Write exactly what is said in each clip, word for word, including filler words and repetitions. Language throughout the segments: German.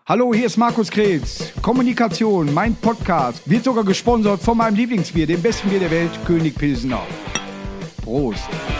Hallo, hier ist Markus Kretz. Kommunikation, mein Podcast, wird sogar gesponsert von meinem Lieblingsbier, dem besten Bier der Welt, König Pilsener. Prost.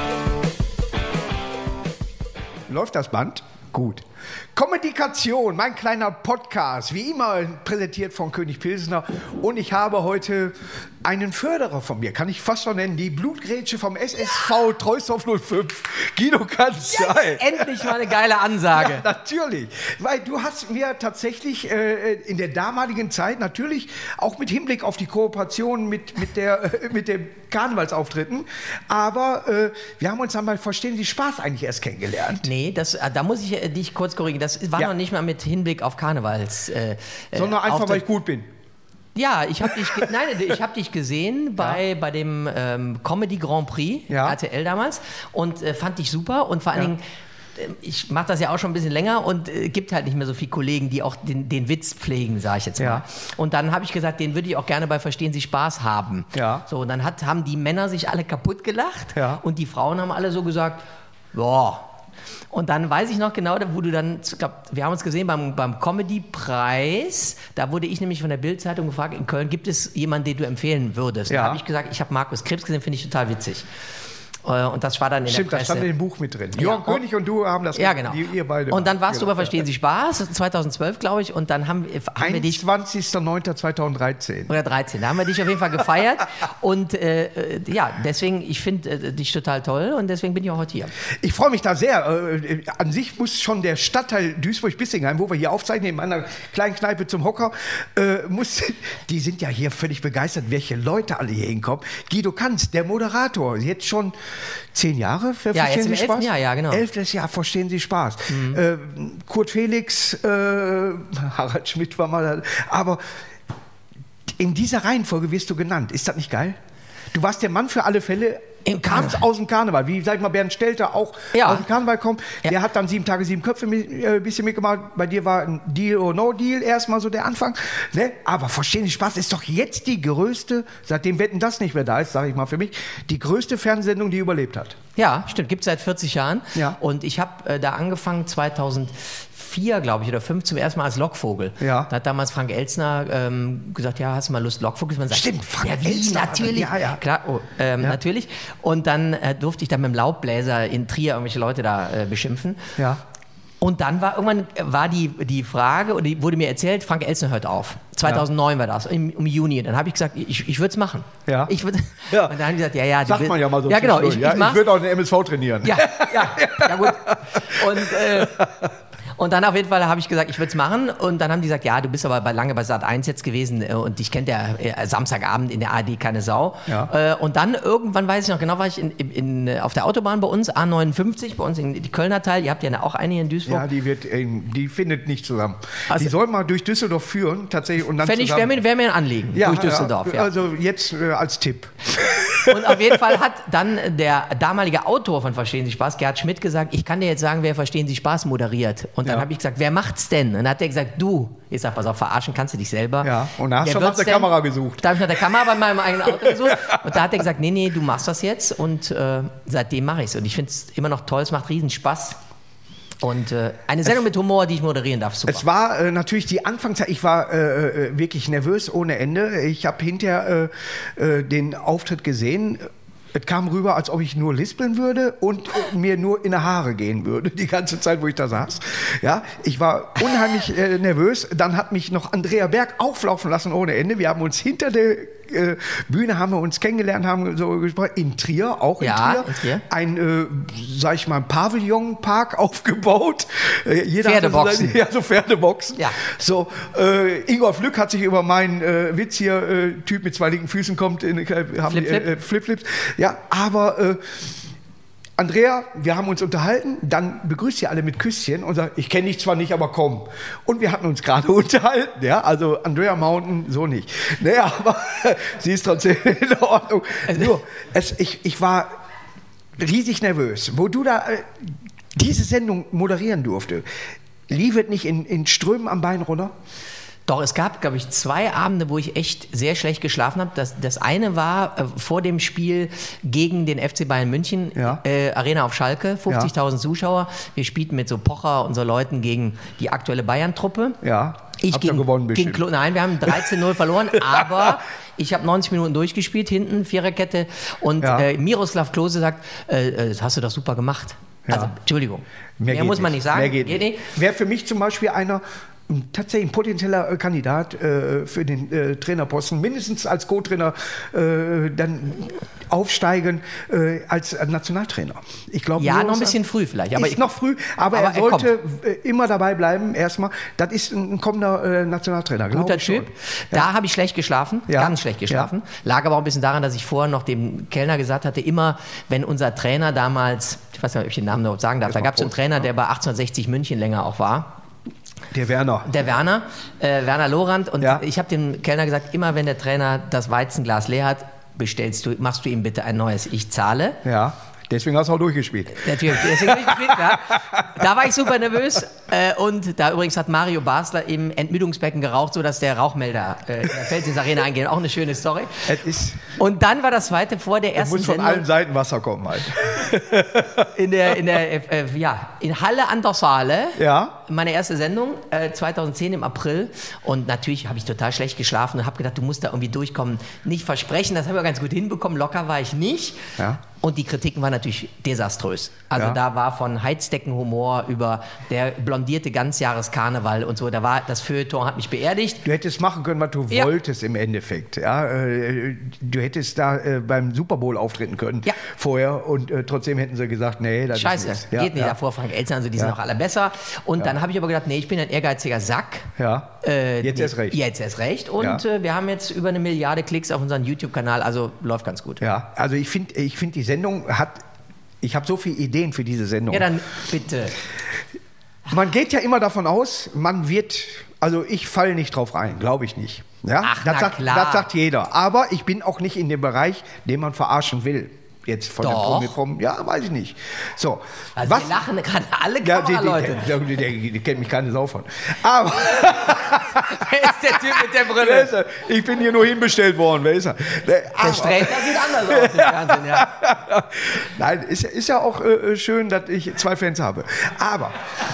Läuft das Band? Gut. Kommunikation, mein kleiner Podcast, wie immer präsentiert von König Pilsener. Und ich habe heute einen Förderer von mir, kann ich fast schon nennen, die Blutgrätsche vom S S V Treusdorf null fünf. Guido Kanzlei. Ja, endlich mal eine geile Ansage. Ja, natürlich, weil du hast mir tatsächlich äh, in der damaligen Zeit, natürlich auch mit Hinblick auf die Kooperation mit, mit, der, äh, mit den Karnevalsauftritten, aber äh, wir haben uns dann mal Verstehen Sie Spaß eigentlich erst kennengelernt. Nee, das, da muss ich äh, dich kurz korrigieren. Das war ja. noch nicht mal mit Hinblick auf Karnevals. Äh, Sondern einfach, Auftritt. Weil ich gut bin. Ja, ich habe dich, nein, ich hab dich gesehen bei, ja. bei dem ähm, Comedy Grand Prix, ja. R T L damals, und äh, fand dich super. Und vor allen ja. Dingen, äh, ich mache das ja auch schon ein bisschen länger und es äh, gibt halt nicht mehr so viele Kollegen, die auch den, den Witz pflegen, sage ich jetzt mal. Ja. Und dann habe ich gesagt, den würde ich auch gerne bei Verstehen Sie Spaß haben. Ja. So, und dann hat, haben die Männer sich alle kaputt gelacht ja. und die Frauen haben alle so gesagt, boah. Und dann weiß ich noch genau, wo du dann, ich glaub, wir haben uns gesehen beim, beim Comedy-Preis, da wurde ich nämlich von der Bild-Zeitung gefragt, in Köln, gibt es jemanden, den du empfehlen würdest? Ja. Da habe ich gesagt, ich habe Markus Krebs gesehen, finde ich total witzig. Und das war dann in Stimmt, der Presse. Das stand in dem Buch mit drin. Johann ja. König und du haben das ja, genau. Die, ihr beide. Und dann warst genau. du bei Verstehen Sie Spaß, zweitausendzwölf, glaube ich, und dann haben, haben wir dich... einundzwanzigster neunter zweitausenddreizehn. Oder dreizehn, da haben wir dich auf jeden Fall gefeiert. Und äh, ja, deswegen, ich finde äh, dich total toll und deswegen bin ich auch heute hier. Ich freue mich da sehr. Äh, an sich muss schon der Stadtteil Duisburg-Bissingheim, wo wir hier aufzeichnen, in meiner kleinen Kneipe zum Hocker, äh, muss, die sind ja hier völlig begeistert, welche Leute alle hier hinkommen. Guido Kanz, der Moderator, jetzt schon zehn Jahre. Für ja, jetzt im Sie Spaß? Jahr, ja, genau. Elftes Jahr, Verstehen Sie Spaß. Mhm. Äh, Kurt Felix, äh, Harald Schmidt war mal da. Aber in dieser Reihenfolge wirst du genannt. Ist das nicht geil? Du warst der Mann für alle Fälle. Im kamst aus dem Karneval, wie, sag ich mal, Bernd Stelter auch ja. aus dem Karneval kommt. Ja. Der hat dann sieben Tage, sieben Köpfe ein äh, bisschen mitgemacht. Bei dir war ein Deal or No Deal erstmal so der Anfang. Ne? Aber Verstehen Sie Spaß ist doch jetzt die größte, seitdem Wetten, das nicht mehr da ist, sage ich mal für mich, die größte Fernsehsendung, die überlebt hat. Ja, stimmt, gibt es seit vierzig Jahren. Ja. Und ich habe äh, da angefangen zweitausendvier, glaube ich, oder fünf zum ersten Mal als Lockvogel. Ja. Da hat damals Frank Elstner ähm, gesagt, ja, hast du mal Lust, Lockvogel? Man sagt, stimmt, Frank ja, wie, Elstner. Natürlich, ja, ja. Klar, oh, ähm, ja. natürlich. Und dann äh, durfte ich dann mit dem Laubbläser in Trier irgendwelche Leute da äh, beschimpfen. Ja. Und dann war irgendwann war die, die Frage, oder die wurde mir erzählt, Frank Elstner hört auf. zweitausendneun ja. war das, im, im Juni. Dann habe ich gesagt, ich, ich würde es machen. Ja. Ich würd, ja. Und dann haben die gesagt, ja, ja. Sagt man ja mal so. Ja, genau. Ich, ich, ja, ich würde auch den M S V trainieren. Ja, ja, ja gut. Und, äh, und dann auf jeden Fall habe ich gesagt, ich würde es machen. Und dann haben die gesagt, ja, du bist aber bei, lange bei Sat eins jetzt gewesen und dich kennt der äh, Samstagabend in der A R D keine Sau. Ja. Äh, und dann irgendwann, weiß ich noch genau, war ich in, in, in, auf der Autobahn bei uns, A neunundfünfzig, bei uns in die Kölner Teil. Ihr habt ja auch eine hier in Duisburg. Ja, die, wird, die findet nicht zusammen. Also, die soll mal durch Düsseldorf führen, tatsächlich. Und dann Fände ich, wäre mir, wär mir ein Anliegen, ja, durch Düsseldorf. Ja. Also jetzt äh, als Tipp. Und auf jeden Fall hat dann der damalige Autor von Verstehen Sie Spaß, Gerhard Schmidt, gesagt, ich kann dir jetzt sagen, wer Verstehen Sie Spaß moderiert. Und dann ja. habe ich gesagt, wer macht's denn? Und dann hat er gesagt, du. Ich sag, pass auf, verarschen kannst du dich selber. Ja, und da hast du schon nach der denn? Kamera gesucht. Da habe ich nach der Kamera bei meinem eigenen Auto gesucht. Und da hat er gesagt, nee, nee, du machst das jetzt. Und äh, seitdem mache ich es. Und ich finde es immer noch toll, es macht riesen Spaß. Und äh, eine Sendung es, mit Humor, die ich moderieren darf. Super. Es war äh, natürlich die Anfangszeit, ich war äh, äh, wirklich nervös ohne Ende. Ich habe hinterher äh, äh, den Auftritt gesehen. Es kam rüber, als ob ich nur lispeln würde und äh, mir nur in die Haare gehen würde, die ganze Zeit, wo ich da saß. Ja, ich war unheimlich äh, nervös. Dann hat mich noch Andrea Berg auflaufen lassen ohne Ende. Wir haben uns hinter der äh, Bühne haben wir uns kennengelernt, haben so gesprochen, in Trier, auch in ja, Trier. In Trier. Ein, äh, sag ich mal, Pavillonpark aufgebaut. Äh, jeder Pferdeboxen. So, ja, so Pferdeboxen. Ja. So, äh, Ingolf Lück hat sich über meinen äh, Witz hier, äh, Typ mit zwei linken Füßen kommt, in, äh, haben Flip-Flip. Äh, Flip-Flips. Ja, aber äh, Andrea, wir haben uns unterhalten, dann begrüßt sie alle mit Küsschen und sagt, ich kenne dich zwar nicht, aber komm. Und wir hatten uns gerade unterhalten, ja, also Andrea Mountain so nicht. Naja, aber sie ist trotzdem in Ordnung. Nur, es, ich, ich war riesig nervös, wo du da äh, diese Sendung moderieren durfte. Lief es nicht in, in Strömen am Bein runter? Doch, es gab, glaube ich, zwei Abende, wo ich echt sehr schlecht geschlafen habe. Das, das eine war äh, vor dem Spiel gegen den F C Bayern München, ja. äh, Arena auf Schalke, fünfzigtausend ja. Zuschauer. Wir spielten mit so Pocher und so Leuten gegen die aktuelle Bayern-Truppe. Ja, ich habt ging, ihr gewonnen bestimmt. ging, Nein, wir haben dreizehn null verloren, aber ich habe neunzig Minuten durchgespielt, hinten, Viererkette. Und ja. äh, Miroslav Klose sagt, äh, das hast du doch super gemacht. Ja. Also, Entschuldigung, mehr, mehr muss man nicht sagen. Mehr geht nicht. Wäre für mich zum Beispiel einer, tatsächlich ein potenzieller äh, Kandidat äh, für den äh, Trainerposten, mindestens als Co-Trainer äh, dann aufsteigen äh, als Nationaltrainer. Ich glaube, ja, noch ein bisschen früh vielleicht. Aber ist ich, noch früh, aber, aber er sollte er immer dabei bleiben. Erstmal, das ist ein kommender äh, Nationaltrainer. Guter Typ. Ja. Da habe ich schlecht geschlafen, ja. ganz schlecht geschlafen. Ja. Lag aber auch ein bisschen daran, dass ich vorher noch dem Kellner gesagt hatte, immer, wenn unser Trainer damals, ich weiß nicht, ob ich den Namen noch sagen darf, da gab es einen Trainer, der bei achtzehnhundertsechzig München länger auch war. Der Werner. Der Werner, äh, Werner Lorand. Und ja. ich habe dem Kellner gesagt, immer wenn der Trainer das Weizenglas leer hat, bestellst du, machst du ihm bitte ein neues. Ich zahle. Ja. Deswegen hast du auch durchgespielt. Natürlich, deswegen durchgespielt, ja. Da war ich super nervös. Äh, und da übrigens hat Mario Basler im Entmüdungsbecken geraucht, sodass der Rauchmelder äh, in der Feldins Arena eingeht. Auch eine schöne Story. Ist, und dann war das zweite vor der ersten muss von Sendung, allen Seiten Wasser kommen halt. In der, in der äh, ja, in Halle an der Saale. Ja. Meine erste Sendung, äh, zweitausendzehn im April. Und natürlich habe ich total schlecht geschlafen und habe gedacht, du musst da irgendwie durchkommen. Nicht versprechen, das habe ich ganz gut hinbekommen. Locker war ich nicht. Ja. Und die Kritiken waren natürlich desaströs. Also ja. da war von Heizdeckenhumor über der blondierte Ganzjahreskarneval und so. Da war das Feuilleton hat mich beerdigt. Du hättest machen können, was du ja. wolltest im Endeffekt. Ja, äh, du hättest da äh, beim Super Bowl auftreten können ja. vorher und äh, trotzdem hätten sie gesagt, nee, das Scheiße, ist ja, geht nicht ja. davor. Frank Elzner, also die ja. sind auch alle besser. Und ja. dann habe ich aber gedacht, nee, ich bin ein ehrgeiziger Sack. Ja. Äh, jetzt nee, erst recht. Jetzt erst recht. Und ja. äh, wir haben jetzt über eine Milliarde Klicks auf unseren YouTube-Kanal, also läuft ganz gut. Ja, also ich finde, ich find, die Sendung hat, ich habe so viele Ideen für diese Sendung. Ja, dann bitte. Man geht ja immer davon aus, man wird, also ich falle nicht drauf rein, glaube ich nicht. Ja? Ach, das, na sagt, klar. das sagt jeder. Aber ich bin auch nicht in dem Bereich, den man verarschen will. Jetzt von Doch. der vom, ja, weiß ich nicht. So, also was, wir lachen gerade alle ja, die, Kameraleute. die, die, die, die, die kennen mich keine Sau von. Aber Wer ist der Typ mit der Brille? Wer ist er? Ich bin hier nur hinbestellt worden. Wer ist er? Der, der Sträter sieht anders aus im Fernsehen, ja. Nein, ist, ist ja auch äh, schön, dass ich zwei Fans habe. Aber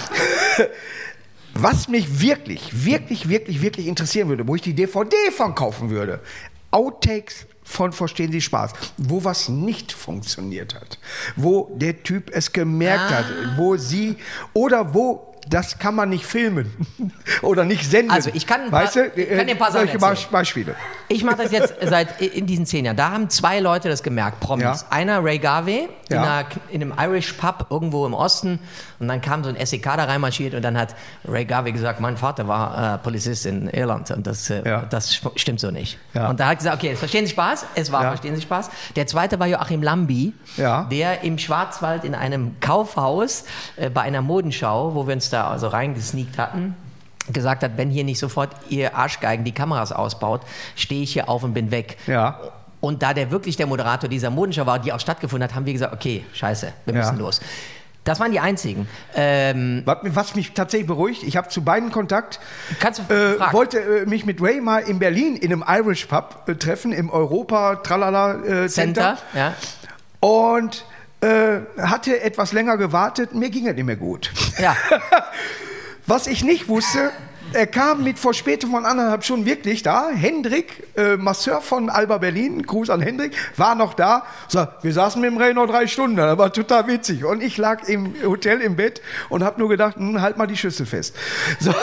was mich wirklich, wirklich, wirklich, wirklich interessieren würde, wo ich die D V D von kaufen würde, Outtakes von Verstehen Sie Spaß, wo was nicht funktioniert hat, wo der Typ es gemerkt ah. hat, wo sie oder wo das kann man nicht filmen oder nicht senden. Also ich kann, weißt du, ich kann dir ein paar Sachen solche erzählen. Beispiele. Ich mache das jetzt seit in diesen zehn Jahren. Da haben zwei Leute das gemerkt, Promis. Ja. Einer, Ray Garvey, in, Ja. einer, in einem Irish Pub irgendwo im Osten. Und dann kam so ein S E K da reinmarschiert und dann hat Ray Garvey gesagt, mein Vater war äh, Polizist in Irland und das, äh, Ja. das stimmt so nicht. Ja. Und da hat gesagt, okay, verstehen Sie Spaß? Es war Ja. Verstehen Sie Spaß. Der zweite war Joachim Lambi, Ja. der im Schwarzwald in einem Kaufhaus äh, bei einer Modenschau, wo wir uns da also reingesneakt hatten, gesagt hat, wenn hier nicht sofort ihr Arschgeigen die Kameras ausbaut, stehe ich hier auf und bin weg. Ja. Und da der wirklich der Moderator dieser Modenschau war, die auch stattgefunden hat, haben wir gesagt, okay, scheiße, wir müssen Ja. los. Das waren die einzigen. Ähm, Was, was mich tatsächlich beruhigt, ich habe zu beiden Kontakt, Kannst du äh, fragen? wollte äh, mich mit Ray mal in Berlin in einem Irish Pub äh, treffen, im Europa Tralala äh, Center. Center, ja. Und äh, hatte etwas länger gewartet, mir ging es nicht mehr gut. Ja. Was ich nicht wusste, er kam mit Verspätung von anderthalb Stunden wirklich da. Hendrik, äh, Masseur von Alba Berlin, Gruß an Hendrik, war noch da. So, wir saßen mit dem Ray noch drei Stunden, das war total witzig. Und ich lag im Hotel im Bett und habe nur gedacht, hm, halt mal die Schüssel fest. So.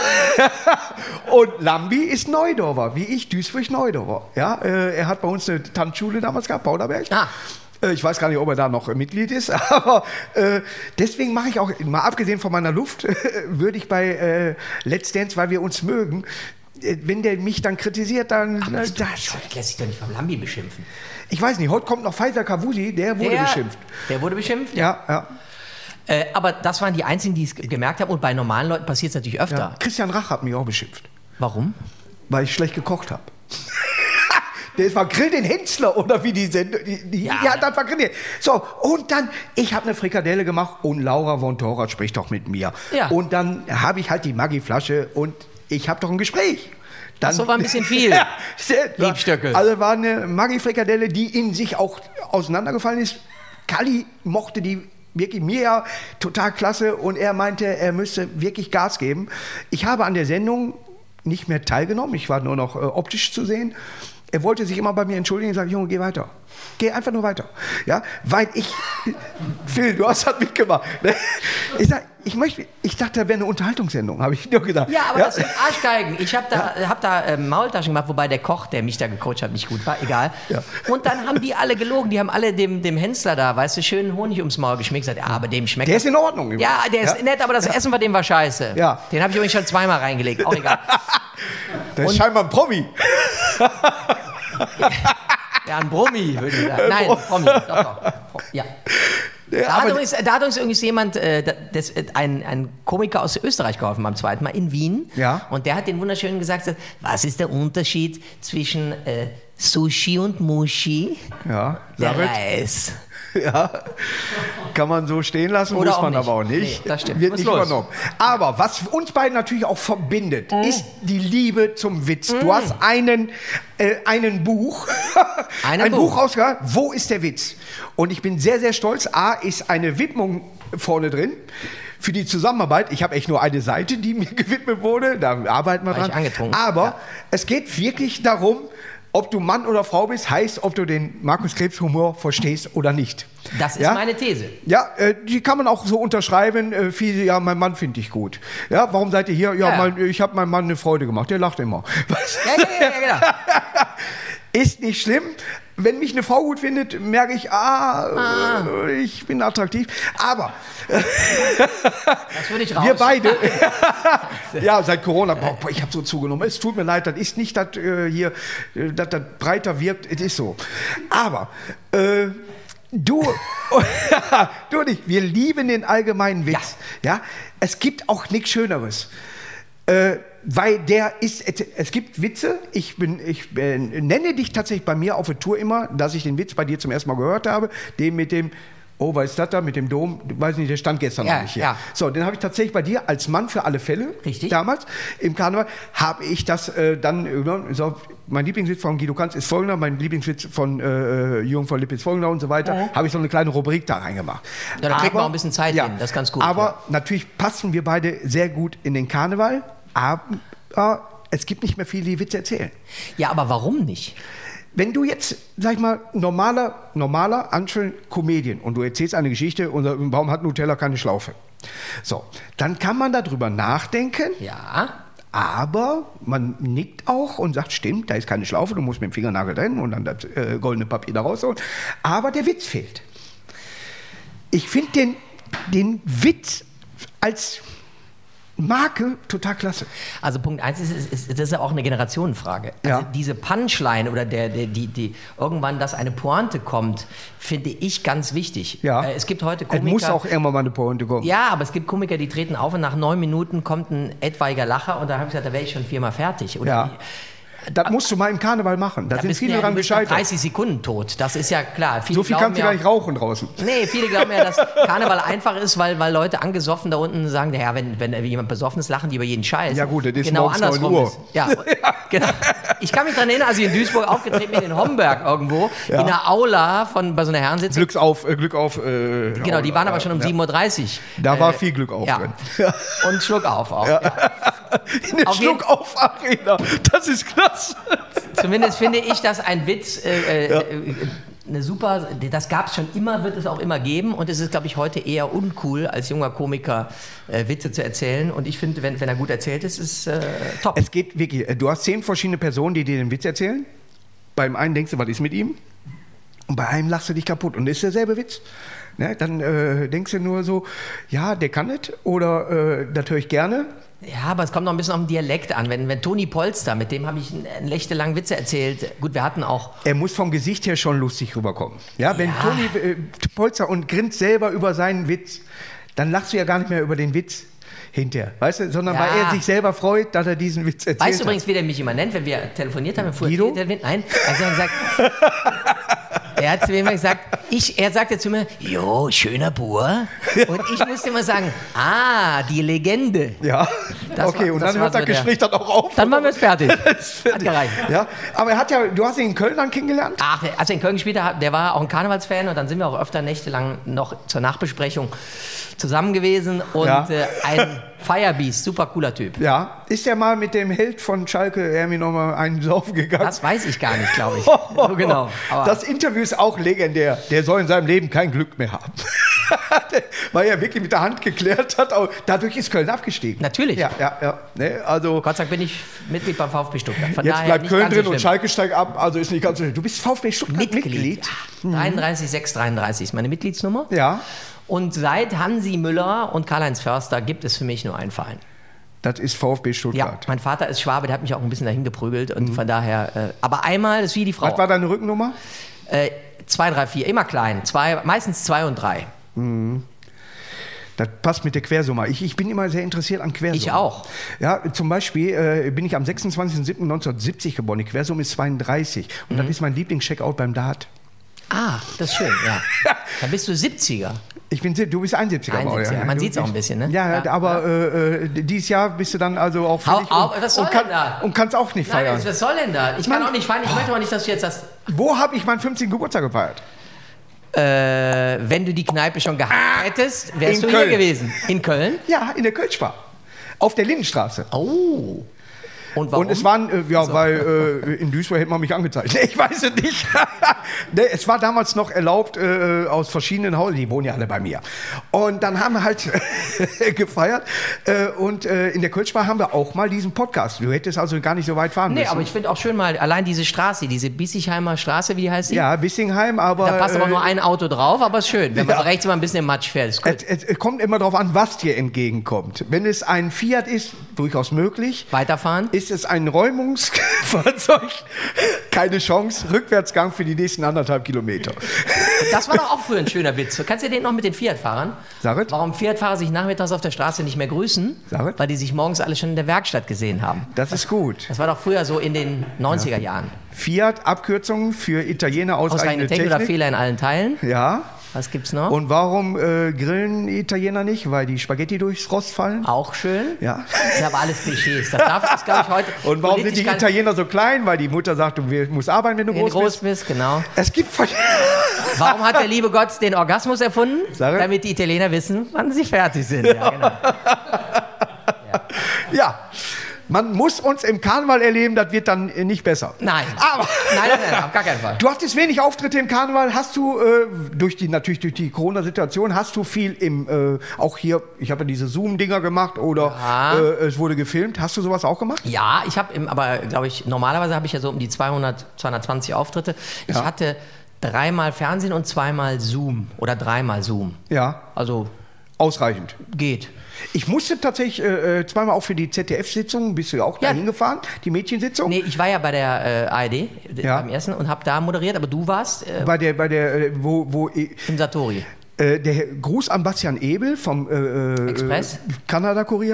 Und Lambi ist Neudorfer, wie ich, Duisburg-Neudorfer. Ja, äh, er hat bei uns eine Tanzschule damals gehabt, Pauderberg. Ah. Ich weiß gar nicht, ob er da noch Mitglied ist, aber äh, deswegen mache ich auch, mal abgesehen von meiner Luft, würde ich bei äh, Let's Dance, weil wir uns mögen, äh, wenn der mich dann kritisiert, dann... Aber Äh, das, das, das lässt sich doch nicht vom Lambi beschimpfen. ich weiß nicht, heute kommt noch Faisal Kavusi, der wurde der, beschimpft. Der wurde beschimpft? Ja, ja. Äh, aber das waren die einzigen, die es ge- gemerkt haben. Und bei normalen Leuten passiert es natürlich öfter. ja. Christian Rach hat mich auch beschimpft, Warum? weil ich schlecht gekocht habe. Das war Grill den Hensler oder wie die Sendung. Die, die, ja. ja, das war Grill. So, und dann, ich habe eine Frikadelle gemacht und Laura von Thorert spricht doch mit mir. Ja. Und dann habe ich halt die Maggi-Flasche und ich habe doch ein Gespräch. Dann, das war ein bisschen viel. Liebstöckel. Also war eine Maggi-Frikadelle, die in sich auch auseinandergefallen ist. Kalli mochte die wirklich mir ja total klasse und er meinte, er müsste wirklich Gas geben. Ich habe an der Sendung nicht mehr teilgenommen, ich war nur noch äh, optisch zu sehen. Er wollte sich immer bei mir entschuldigen und sagen, Junge, geh weiter. Geh einfach nur weiter. Ja, weil ich, Phil, du hast das mitgemacht. Ich, sag, ich, möchte, ich dachte, da wäre eine Unterhaltungssendung, habe ich nur gedacht. Ja, aber ja? Das sind Arschgeigen. Ich habe da, ja. hab da äh, Maultaschen gemacht, wobei der Koch, der mich da gecoacht hat, nicht gut war, egal. Ja. Und dann haben die alle gelogen, die haben alle dem, dem Hensler da, weißt du, schön Honig ums Maul geschmeckt. Ja, aber dem schmeckt Der das. Ist in Ordnung. Immer. Ja, der ist ja? nett, aber das ja. Essen von dem war scheiße. Ja. Den habe ich übrigens schon zweimal reingelegt, auch egal. Der ist scheinbar ein Promi. Ja, ein Brummi, würde ich sagen. Nein, ein Promi, doch, doch. Ja. Ja, da, hat übrigens, da hat uns übrigens jemand, äh, das, ein, ein Komiker aus Österreich geholfen beim zweiten Mal in Wien. Ja. Und der hat den wunderschönen gesagt, was ist der Unterschied zwischen äh, Sushi und Mushi? Ja, der Reis. Ja, kann man so stehen lassen, Oder muss man nicht. aber auch nicht. Nee, das stimmt. Wird was nicht los? übernommen. Aber was uns beiden natürlich auch verbindet, mm. ist die Liebe zum Witz. Mm. Du hast einen, äh, einen Buch, Eine ein Buch, Buch rausgebracht, Wo ist der Witz? Und ich bin sehr, sehr stolz. A, ist eine Widmung vorne drin für die Zusammenarbeit. Ich habe echt nur eine Seite, die mir gewidmet wurde. Da arbeiten wir War dran. ich angetrunken. Aber ja. es geht wirklich darum, ob du Mann oder Frau bist, heißt, ob du den Markus Krebs Humor verstehst oder nicht. Das ist ja? meine These. Ja, äh, die kann man auch so unterschreiben. Äh, viele, ja, mein Mann finde ich gut. Ja, warum seid ihr hier? Ja, ja. Mein, ich habe meinem Mann eine Freude gemacht. Der lacht immer. Was? Ja, ja, ja, ja, genau. Ist nicht schlimm. Wenn mich eine Frau gut findet, merke ich, ah, ah. Äh, ich bin attraktiv. Aber das würde ich raus. Wir beide, ja, seit Corona, boah, ich habe so zugenommen. Es tut mir leid, das ist nicht, dass äh, hier, äh, dass das breiter wirkt. Es ist so. Aber äh, du, du und ich, wir lieben den allgemeinen Witz. Ja, ja? Es gibt auch nichts Schöneres. Äh, weil der ist, es gibt Witze, ich, bin, ich äh, nenne dich tatsächlich bei mir auf der Tour immer, dass ich den Witz bei dir zum ersten Mal gehört habe, den mit dem, oh, was ist das da, mit dem Dom, weiß nicht, der stand gestern ja, noch nicht hier. Ja. So, den habe ich tatsächlich bei dir als Mann für alle Fälle, Richtig. Damals, im Karneval, habe ich das äh, dann, äh, so, mein Lieblingswitz von Guido Kanz ist folgender, mein Lieblingswitz von äh, Jürgen von Lipp ist folgender und so weiter, mhm. habe ich so eine kleine Rubrik da reingemacht. Ja, da kriegt man auch ein bisschen Zeit ja, hin, das ist ganz gut. Aber ja. natürlich passen wir beide sehr gut in den Karneval, aber äh, es gibt nicht mehr viele, die Witze erzählen. Ja, aber warum nicht? Wenn du jetzt, sag ich mal, normaler, normaler Anschön Comedian und du erzählst eine Geschichte und warum hat Nutella keine Schlaufe? So, dann kann man darüber nachdenken. Ja. Aber man nickt auch und sagt, stimmt, da ist keine Schlaufe, du musst mit dem Fingernagel drin und dann das äh, goldene Papier da rausholen. Aber der Witz fehlt. Ich finde den, den Witz als Marke total klasse. Also Punkt eins ist, ist, ist das ist ja auch eine Generationenfrage. Also ja. diese Punchline oder der, der, die, die irgendwann, dass eine Pointe kommt, finde ich ganz wichtig. Ja. Äh, es gibt heute Komiker... Es muss auch irgendwann mal eine Pointe kommen. Ja, aber es gibt Komiker, die treten auf und nach neun Minuten kommt ein etwaiger Lacher und da habe ich gesagt, da wäre ich schon viermal fertig. Oder ja. die, Das musst du mal im Karneval machen. Da, da sind viele ja, dran gescheitert. dreißig Sekunden tot, das ist ja klar. Viele so viel kannst du gar nicht rauchen draußen. Nee, viele glauben ja, dass Karneval einfach ist, weil, weil Leute angesoffen da unten sagen, ja, wenn, wenn jemand besoffen ist, lachen die über jeden Scheiß. Ja gut, das ist genau morgens neun Uhr. Ist. Ja, genau. Ich kann mich daran erinnern, als ich in Duisburg aufgetreten bin, in Homberg irgendwo, ja. in der Aula von, bei so einer Herrensitzung. Glück auf, äh, Glück auf. Äh, genau, Aula, die waren aber schon um ja. sieben Uhr dreißig. Da war äh, viel Glück auf ja. drin. Und Schluck auf auch. Ja. Ja. In der Schluck auf Arena, das ist klasse. Zumindest finde ich, dass ein Witz äh, ja. äh, eine super, das gab es schon immer, wird es auch immer geben und es ist, glaube ich, heute eher uncool, als junger Komiker äh, Witze zu erzählen und ich finde, wenn, wenn er gut erzählt ist, ist äh, top. Es geht wirklich, du hast zehn verschiedene Personen, die dir den Witz erzählen, beim einen denkst du, was ist mit ihm und bei einem lachst du dich kaputt und das ist derselbe Witz. Ne? Dann äh, denkst du nur so, ja, der kann es oder äh, das höre ich gerne. Ja, aber es kommt noch ein bisschen auf den Dialekt an. Wenn, wenn Toni Polster, mit dem habe ich einen nächtelang Witze erzählt. Gut, wir hatten auch... Er muss vom Gesicht her schon lustig rüberkommen. Ja, wenn ja. Toni äh, Polster und grinst selber über seinen Witz, dann lachst du ja gar nicht mehr über den Witz hinterher, weißt du? Sondern ja. weil er sich selber freut, dass er diesen Witz erzählt Weißt du hat. übrigens, wie der mich immer nennt, wenn wir telefoniert haben? Guido? Nein, also er hat gesagt... Er hat zu mir immer gesagt, ich, er sagte zu mir, jo, schöner Bur. Und ich musste immer sagen, ah, die Legende. Ja, das okay, war, und das dann hört das Gespräch dann auch auf. Dann waren wir es fertig. Hat gereicht. Ja, aber er hat ja, du hast ihn in Köln dann kennengelernt? Ach, als er in Köln gespielt hat, der war auch ein Karnevalsfan und dann sind wir auch öfter nächtelang noch zur Nachbesprechung zusammen gewesen und ja. äh, ein Firebeast, super cooler Typ. Ja, ist er mal mit dem Held von Schalke irgendwie nochmal einen saufen gegangen? Das weiß ich gar nicht, glaube ich. So genau. Aber das Interview ist auch legendär. Der soll in seinem Leben kein Glück mehr haben. Weil er wirklich mit der Hand geklärt hat. Dadurch ist Köln abgestiegen. Natürlich. Ja, ja, ja. Nee, also Gott sei Dank bin ich Mitglied beim VfB Stuttgart. Von jetzt bleibt Köln drin so und Schalke steigt ab. Also ist nicht ganz so schlimm. Du bist VfB Stuttgart Mitglied. Mitglied. Ja, dreiunddreißig sechs dreiunddreißig ist meine Mitgliedsnummer. Ja. Und seit Hansi Müller und Karl-Heinz Förster gibt es für mich nur einen Verein. Das ist VfB Stuttgart. Ja, mein Vater ist Schwabe, der hat mich auch ein bisschen dahin geprügelt. Und mhm. von daher, äh, aber einmal ist wie die Frau. Was war deine Rückennummer? Äh, zwei, drei, vier, immer klein. Zwei, meistens zwei und drei. Mhm. Das passt mit der Quersumme. Ich, ich bin immer sehr interessiert an Quersummen. Ich auch. Ja, zum Beispiel äh, bin ich am sechsundzwanzigsten siebten neunzehnhundertsiebzig geboren. Die Quersumme ist zweiunddreißig. Und mhm. das ist mein Lieblings-Checkout beim Dart. Ah, das ist schön, ja. Dann bist du siebziger. Ich bin, du bist einundsiebziger. einundsiebziger. Ja. Man sieht es auch ein bisschen, ne? Ja, ja. aber äh, dieses Jahr bist du dann also auch fertig und, was soll und, kann, denn da? und kannst auch nicht feiern. Nein, was soll denn da? Ich kann Mann. auch nicht feiern. Ich möchte aber nicht, dass du jetzt das... Wo habe ich meinen fünfzehnten Geburtstag gefeiert? Äh, wenn du die Kneipe schon gehabt hättest, wärst in du Köln. Hier gewesen. In Köln? Ja, in der Kölschbar. Auf der Lindenstraße. Oh. Und warum? Und es waren, äh, ja, so. weil äh, in Duisburg hätte man mich angezeigt. Nee, ich weiß es nicht. Nee, es war damals noch erlaubt, äh, aus verschiedenen Häusern, die wohnen ja alle bei mir. Und dann haben wir halt gefeiert. Äh, und äh, in der Kölschbar haben wir auch mal diesen Podcast. Du hättest also gar nicht so weit fahren nee, müssen. Nee, aber ich finde auch schön mal, allein diese Straße, diese Bissigheimer Straße, wie die heißt die? Ja, Bissingheim, aber... Da passt aber äh, nur ein Auto drauf, aber ist schön. Wenn man ja. so rechts immer ein bisschen im Matsch fährt, ist gut. Es, es kommt immer darauf an, was dir entgegenkommt. Wenn es ein Fiat ist, durchaus möglich. Weiterfahren? Ist es ein Räumungsfahrzeug? Keine Chance. Rückwärtsgang für die nächsten anderthalb Kilometer. Das war doch auch früher ein schöner Witz. Kannst du den noch mit den Fiat-Fahrern? Sag es. Warum Fiat-Fahrer sich nachmittags auf der Straße nicht mehr grüßen? Sag es. Weil die sich morgens alle schon in der Werkstatt gesehen haben. Das ist gut. Das war doch früher so in den neunziger Jahren. Fiat, Abkürzung für Italiener, ausreichende Technik. Technik. Oder Fehler in allen Teilen. Ja. Was gibt's noch? Und warum äh, grillen Italiener nicht? Weil die Spaghetti durchs Rost fallen? Auch schön. Ja. Das sind aber alles Klischees. Das darf das, glaube ich, heute. Und warum sind die Italiener so klein? Weil die Mutter sagt, du musst arbeiten, wenn du groß, groß bist. bist. Genau. Es gibt Warum hat der liebe Gott den Orgasmus erfunden? Sag Damit die Italiener wissen, wann sie fertig sind. Ja, genau. ja. ja. Man muss uns im Karneval erleben, das wird dann nicht besser. Nein. Aber nein, nein, nein, auf gar keinen Fall. Du hattest wenig Auftritte im Karneval. Hast du, äh, durch die, natürlich durch die Corona-Situation, hast du viel im, äh, auch hier, ich habe ja diese Zoom-Dinger gemacht oder ja. äh, es wurde gefilmt. Hast du sowas auch gemacht? Ja, ich habe, aber glaube ich, normalerweise habe ich ja so um die zweihundert, zweihundertzwanzig Auftritte. Ich ja. hatte dreimal Fernsehen und zweimal Zoom oder dreimal Zoom. Ja. Also ausreichend. Geht. Ich musste tatsächlich äh, zweimal auch für die Z D F-Sitzung, bist du ja auch ja. dahin gefahren, die Mädchensitzung? Nee, ich war ja bei der äh, A R D ja. beim ersten und habe da moderiert, aber du warst... Äh, bei der, bei der, äh, wo... wo im Satori. Äh, der Gruß an Bastian Ebel vom äh, Express? Kanada-Kurier,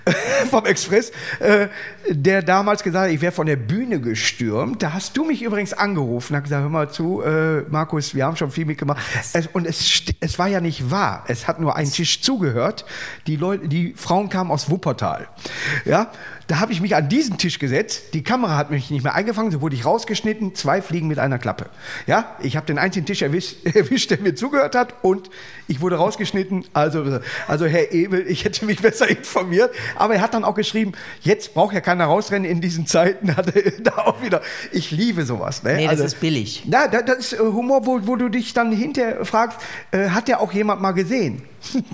vom Express, äh, der damals gesagt hat, ich wäre von der Bühne gestürmt. Da hast du mich übrigens angerufen und hast gesagt, hör mal zu, äh, Markus, wir haben schon viel mitgemacht. Es, und es, es war ja nicht wahr. Es hat nur ein Tisch zugehört. Die Leute, die Frauen kamen aus Wuppertal. Ja, da habe ich mich an diesen Tisch gesetzt. Die Kamera hat mich nicht mehr eingefangen, so wurde ich rausgeschnitten. Zwei Fliegen mit einer Klappe. Ja, ich habe den einzigen Tisch erwischt, erwischt, der mir zugehört hat und ich wurde rausgeschnitten. Also, also Herr Ebel, ich hätte mich besser informiert. Aber er hat dann auch geschrieben, jetzt braucht ja keiner rausrennen in diesen Zeiten. Hat er da auch wieder. Ich liebe sowas. Ne? Nee, also, das ist billig. Na, das ist Humor, wo, wo du dich dann hinterher fragst, äh, hat ja auch jemand mal gesehen?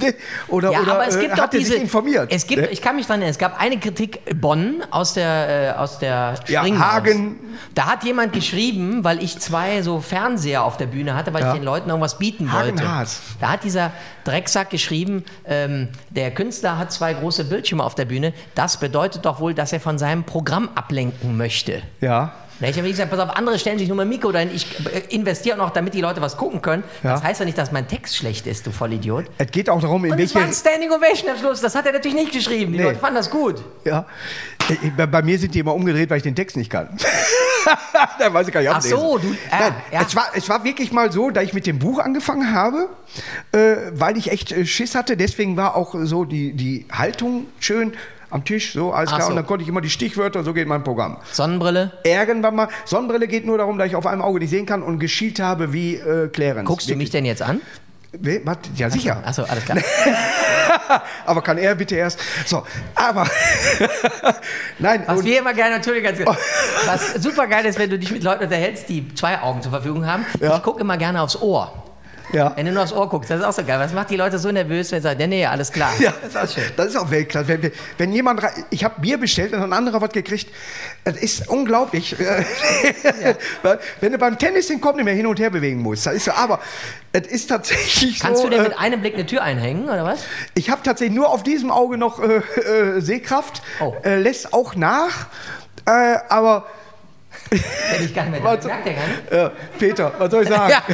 oder ja, oder aber es gibt äh, doch hat er diese, sich informiert? Es gibt, ne? Ich kann mich dran erinnern, es gab eine Kritik Bonn aus der, äh, aus der ja, Springhaus. Hagen. Da hat jemand geschrieben, weil ich zwei so Fernseher auf der Bühne hatte, weil ja. ich den Leuten irgendwas bieten Hagen wollte. Haas. Da hat dieser Drecksack geschrieben, ähm, der Künstler hat zwei große Bildschirme auf der Bühne. Das bedeutet doch wohl, dass er von seinem Programm ablenken möchte. Ja. Ich habe gesagt, pass auf, andere stellen sich nur mal ein Mikro dahin, ich investiere auch noch, damit die Leute was gucken können. Ja. Das heißt ja nicht, dass mein Text schlecht ist, du Vollidiot. Es geht auch darum, in Und welche... es war ein Standing Ovation am Schluss, das hat er natürlich nicht geschrieben. Die nee. Leute fanden das gut. Ja. Bei, bei mir sind die immer umgedreht, weil ich den Text nicht kann. Da weiß ich gar nicht Ach so, du... Äh, Nein, ja. es, war, es war wirklich mal so, da ich mit dem Buch angefangen habe, äh, weil ich echt äh, Schiss hatte. Deswegen war auch so die, die Haltung schön am Tisch, so, alles klar. So. Und dann konnte ich immer die Stichwörter, so geht mein Programm. Sonnenbrille? Irgendwann mal. Sonnenbrille geht nur darum, dass ich auf einem Auge nicht sehen kann und geschielt habe wie äh, Clarence. Guckst du wirklich. mich denn jetzt an? Ja, sicher. Achso, alles klar. Aber kann er bitte erst. So, aber. Nein. Was wir immer gerne, Entschuldigung, ganz kurz. Was super geil ist, wenn du dich mit Leuten unterhältst, die zwei Augen zur Verfügung haben. Ja. Ich gucke immer gerne aufs Ohr. Ja. Wenn du nur aufs Ohr guckst, das ist auch so geil. Was macht die Leute so nervös, wenn sie sagen, nee, nee, alles klar. Ja, das ist auch schön. Das ist auch Weltklasse. Wenn, wenn jemand, ich habe Bier bestellt und ein anderer was gekriegt, das ist unglaublich. Ja. Wenn du beim Tennis den Kopf nicht mehr hin und her bewegen musst, das ist so, aber es ist tatsächlich Kannst so. Kannst du denn äh, mit einem Blick eine Tür einhängen, oder was? Ich habe tatsächlich nur auf diesem Auge noch äh, äh, Sehkraft, oh. äh, lässt auch nach, äh, aber... Wenn ich gar nicht mehr da merkt der gar nicht. Ja, Peter, was soll ich sagen? Ja.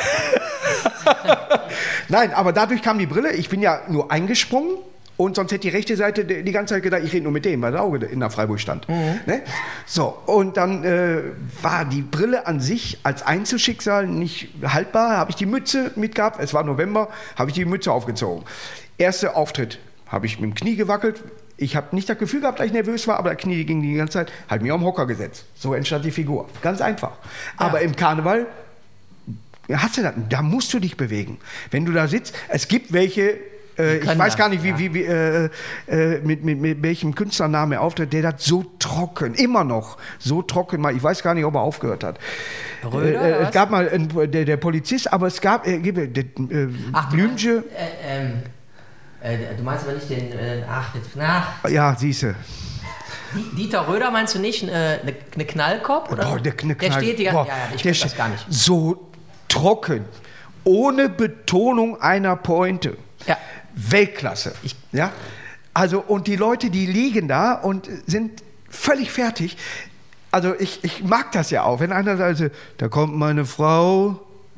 Nein, aber dadurch kam die Brille. Ich bin ja nur eingesprungen und sonst hätte die rechte Seite die ganze Zeit gedacht, ich rede nur mit dem, weil das Auge in der Freiburg stand. Mhm. Ne? So, und dann äh, war die Brille an sich als Einzelschicksal nicht haltbar. Habe ich die Mütze mitgehabt, es war November, habe ich die Mütze aufgezogen. Erster Auftritt, habe ich mit dem Knie gewackelt. Ich habe nicht das Gefühl gehabt, dass ich nervös war, aber das Knie ging die ganze Zeit, halt mir am Hocker gesetzt. So entstand die Figur. Ganz einfach. Ja. Aber im Karneval hast du das, da musst du dich bewegen. Wenn du da sitzt, es gibt welche, äh, ich weiß gar nicht, wie, ja. wie, wie äh, äh, mit, mit, mit welchem Künstlernamen er auftritt, der das so trocken, immer noch so trocken macht. Ich weiß gar nicht, ob er aufgehört hat. Röder, äh, es gab mal einen, der, der Polizist, aber es gab, äh, der, äh, Ach, Blümche. Äh, ähm. Du meinst aber nicht den, äh, ach, jetzt, ach. Ja, siehste. Dieter Röder meinst du nicht, eine, eine Knallkopf? Oder? Boah, der, eine der Knall steht die ganze Zeit, ja, ja, ich der das gar nicht. So trocken, ohne Betonung einer Pointe. Ja. Weltklasse. Ich, ja? Also, und die Leute, die liegen da und sind völlig fertig. Also, ich, ich mag das ja auch, wenn einer sagt, da kommt meine Frau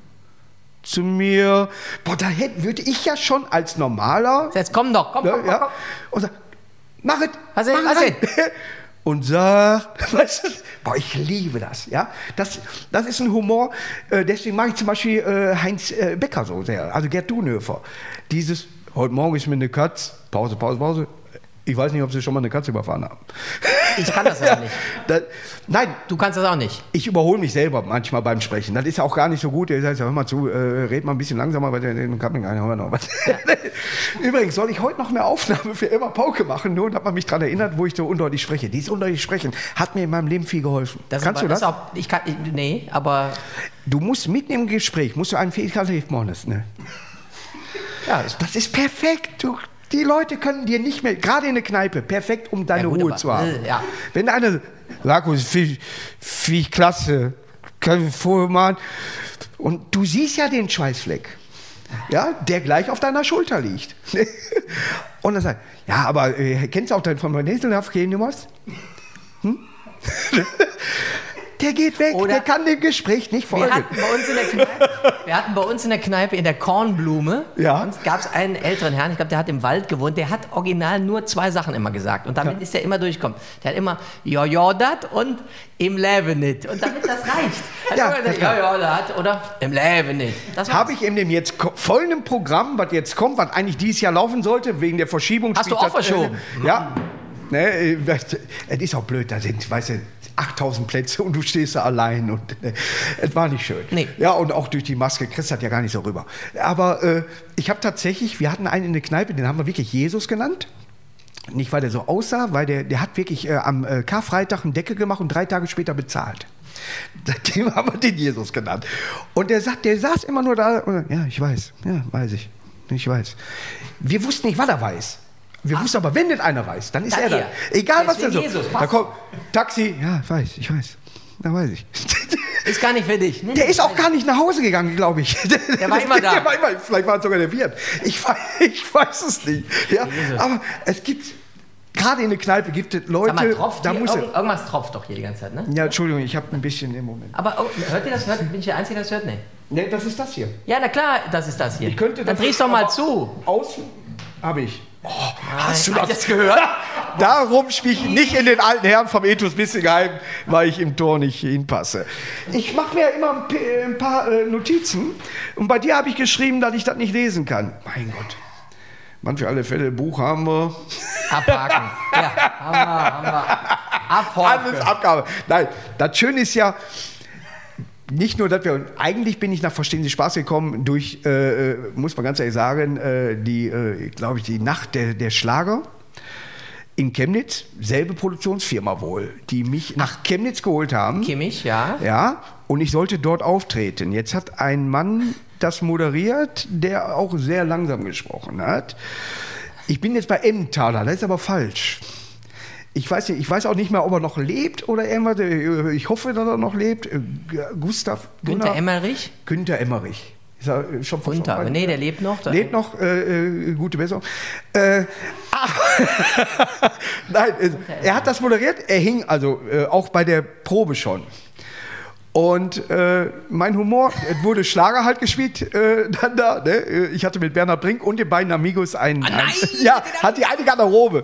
zu mir. Boah, da hätte, würde ich ja schon als normaler... Jetzt komm doch, komm, komm, komm, ja, komm. Und sag, mach es, was mach was es. Und sag, weißt du, boah, ich liebe das, ja. Das, das ist ein Humor, äh, deswegen mag ich zum Beispiel äh, Heinz äh, Becker so sehr, also Gerd Dunhöfer. Dieses, heute Morgen ist mir eine Katz, Pause, Pause, Pause. Ich weiß nicht, ob Sie schon mal eine Katze überfahren haben. Ich kann das ja nicht. Das, nein. Du kannst das auch nicht. Ich überhole mich selber manchmal beim Sprechen. Das ist ja auch gar nicht so gut. Der sagt, hör mal zu, äh, red mal ein bisschen langsamer, weil den kann man gar nicht hören. Ja. Übrigens soll ich heute noch eine Aufnahme für Emma Pauke machen, nur hat man mich daran erinnert, wo ich so undeutlich spreche. Dieses undeutlich Sprechen hat mir in meinem Leben viel geholfen. Das Kannst aber, du das? das auch, ich kann, ich, nee, aber... Du musst mitten im Gespräch, musst du einen Fähigkeitshilfen ne? Ja, das, das ist perfekt. Du... Die Leute können dir nicht mehr, gerade in der Kneipe, perfekt, um deine ja, gut, Ruhe aber, zu haben. Äh, ja. Wenn einer sagt, wie, wie klasse, kann ich vorher machen. Und du siehst ja den Schweißfleck, ja, der gleich auf deiner Schulter liegt. Und dann sagt ja, aber äh, kennst du auch deinen von meinen Häselhaft gehen, du musst? Hm? Der geht weg, oder der kann dem Gespräch nicht folgen. Wir hatten bei uns in der Kneipe, wir hatten bei uns in der Kneipe in der Kornblume, ja. gab es einen älteren Herrn, ich glaube, der hat im Wald gewohnt, der hat original nur zwei Sachen immer gesagt. Und damit ja. ist er immer durchgekommen. Der hat immer, ja, ja, dat und im Leben nicht. Und damit das reicht. Hat ja, gesagt, ja, ja, dat oder im Leben nicht. Habe ich in dem jetzt vollen Programm, was jetzt kommt, was eigentlich dieses Jahr laufen sollte, wegen der Verschiebung. Hast du auch verschoben? Äh, ja. Ne, es ist auch blöd, da sind, weißt du, achttausend Plätze und du stehst da allein und äh, es war nicht schön. Nee. Ja, und auch durch die Maske kriegst du das ja gar nicht so rüber. Aber äh, ich habe tatsächlich, wir hatten einen in der Kneipe, den haben wir wirklich Jesus genannt. Nicht, weil der so aussah, weil der, der hat wirklich äh, am äh, Karfreitag einen Deckel gemacht und drei Tage später bezahlt. Seitdem haben wir den Jesus genannt. Und der sagt, der saß immer nur da und, ja, ich weiß, ja, weiß ich, ich weiß. Wir wussten nicht, was er weiß. Wir Ach. wussten aber, wenn denn einer weiß, dann ist dann er da. Egal, was der so. Jesus, da kommt Taxi, ja, weiß, ich weiß. Da weiß ich. Ist gar nicht für dich. Nee, der ist auch gar nicht nach Hause gegangen, glaube ich. Der war immer da. Der war immer, vielleicht war es sogar der Wirt. Ich, ich weiß es nicht. Ja, aber es gibt, gerade in der Kneipe gibt es Leute, mal, tropft da hier, muss irgend, irgendwas tropft doch hier die ganze Zeit, ne? Ja, Entschuldigung, ich habe ein bisschen im Moment. Aber oh, hört ihr das? Hört, bin ich der Einzige, der das hört? Nee. Nee, das ist das hier. Ja, na klar, das ist das hier. Ich könnte Dann drehst doch mal zu. Außen. Habe ich. Oh, hast du das, das gehört? Darum spiele ich nicht in den alten Herren vom Ethos Bissigheim, weil ich im Tor nicht hinpasse. Ich mache mir immer ein paar Notizen und bei dir habe ich geschrieben, dass ich das nicht lesen kann. Mein Gott. Mann, für alle Fälle, Buch haben wir. Abhaken. Ja, haben wir, haben wir. Abhaken. Alles Abgabe. Nein, das Schöne ist ja, nicht nur, dass wir, eigentlich bin ich nach Verstehen Sie Spaß gekommen durch, äh, muss man ganz ehrlich sagen, äh, die, äh, glaube ich, die Nacht der, der Schlager in Chemnitz, selbe Produktionsfirma wohl, die mich nach Chemnitz geholt haben. Kimmich, ja. Ja, und ich sollte dort auftreten. Jetzt hat ein Mann das moderiert, der auch sehr langsam gesprochen hat. Ich bin jetzt bei Emmentaler, das ist aber falsch. Ich weiß nicht, ich weiß auch nicht mehr, ob er noch lebt oder irgendwas. Ich hoffe, dass er noch lebt. Gustav Günther Emmerich? Günther Emmerich. Ist er schon Günther, aber nee, der lebt noch. Lebt noch, äh, gute Besserung. Äh, ah, Nein, äh, er hat das moderiert. Er hing also äh, auch bei der Probe schon. Und äh, mein Humor, es wurde Schlager halt gespielt, äh, dann da. Ne? Ich hatte mit Bernhard Brink und den beiden Amigos einen. Ah, nein, einen ja, hat die eine Garderobe.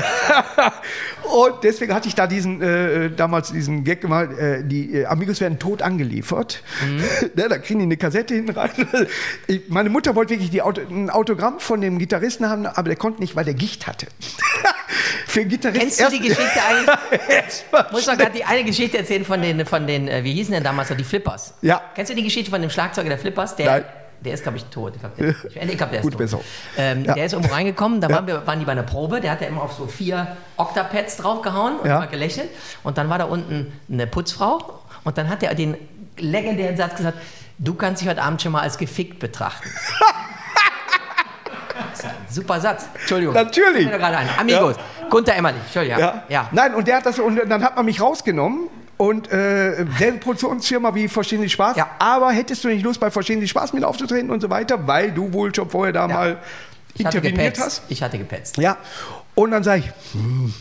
Und deswegen hatte ich da diesen, äh, damals diesen Gag gemacht, äh, die äh, Amigos werden tot angeliefert. Mhm. Ne, da kriegen die eine Kassette hinten rein. Ich, meine Mutter wollte wirklich die Auto, ein Autogramm von dem Gitarristen haben, aber der konnte nicht, weil der Gicht hatte. Für Gitarristen. Kennst du die Geschichte eigentlich? Muss doch gerade die eine Geschichte erzählen von den, von den, wie hießen denn damals noch, die Flippers? Ja. Kennst du die Geschichte von dem Schlagzeuger der Flippers? Der, Nein. Der ist, glaube ich, tot. Ich glaube, der, ich glaub, der ist Gut, tot. besser. Ähm, ja. Der ist irgendwo reingekommen, da ja. waren, wir, waren die bei einer Probe, der hat ja immer auf so vier Oktapads draufgehauen und ja. mal gelächelt. Und dann war da unten eine Putzfrau und dann hat er den legendären Satz gesagt, du kannst dich heute Abend schon mal als gefickt betrachten. Das ist ein super Satz. Entschuldigung. Natürlich. Ich gerade ein. Amigos. Ja. Gunther Emmerlich. Entschuldigung. Ja. Ja. Nein, und der hat das, und dann hat man mich rausgenommen. Und äh, selbe Produktionsfirma wie Verstehen Sie Spaß, ja. aber hättest du nicht Lust, bei Verstehen Sie Spaß mit aufzutreten und so weiter, weil du wohl schon vorher da ja. mal ich interveniert hast? Ich hatte gepetzt. Ja, und dann sage ich, hm.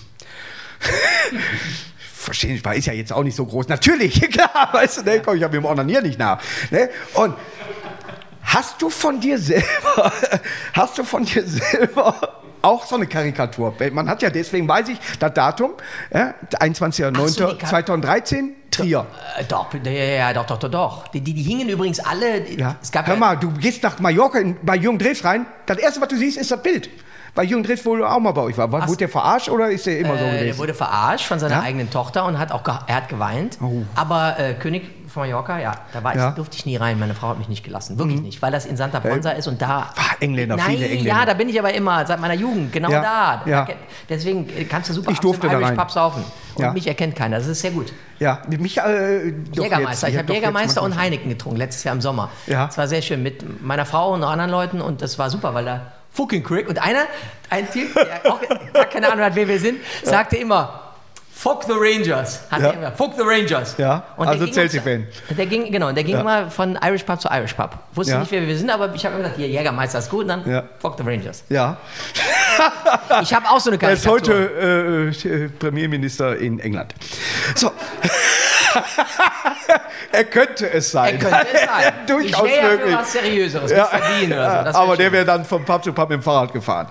Verstehen Sie Spaß ist ja jetzt auch nicht so groß. Natürlich, klar, weißt du, ne? Komm, ich habe im Onanier nicht nach. Ne? Und hast du von dir selber, hast du von dir selber auch so eine Karikatur? Man hat ja, deswegen weiß ich, das Datum, ja, einundzwanzigster neunter zweitausenddreizehn, Trier. Doch, ja, ja, doch, doch, doch, doch. Die, die, die hingen übrigens alle. Ja. Es gab Hör ja, mal, du gehst nach Mallorca in, bei Jürgen Drews rein, das erste, was du siehst, ist das Bild. Weil Jürgen Drews wohl auch mal bei euch war. War wurde der verarscht oder ist der immer äh, so gewesen? Der wurde verarscht von seiner ja? eigenen Tochter und hat auch er hat geweint. Oh. Aber äh, König von Mallorca, ja, da war ja. ich, durfte ich nie rein. Meine Frau hat mich nicht gelassen. Wirklich mhm. nicht, weil das in Santa Ponsa äh, ist und da. Ach, Engländer, nein, viele Engländer. Ja, da bin ich aber immer, seit meiner Jugend, genau ja. da. Ja. Deswegen kannst du super ich durfte im Irish da rein. Pub saufen. Und ja. mich erkennt keiner. Das ist sehr gut. Ja, mich. Äh, Jägermeister. Jetzt, ich habe Jägermeister und Heineken getrunken, letztes Jahr im Sommer. Ja. Das war sehr schön mit meiner Frau und noch anderen Leuten und das war super, weil da fucking Crick und einer, ein Typ, der auch gar keine Ahnung hat, wer wir sind, ja. sagte immer, fuck the Rangers. Hat ja. er immer, fuck the Rangers. Ja, und also Chelsea-Fan. Der ging, genau, der ging ja. immer von Irish Pub zu Irish Pub. Wusste ja. nicht, wer wir sind, aber ich habe immer gesagt, hier, Jägermeister ist gut und dann ja. fuck the Rangers. Ja. Ich habe auch so eine Karikatur. Er ist heute äh, Premierminister in England. So. Er könnte es sein. Er könnte es sein. Durchaus ich wäre ja möglich. für was Seriöseres, ja. Berlin oder so. Das aber wär der wäre dann vom Pub zu Pub mit dem Fahrrad gefahren.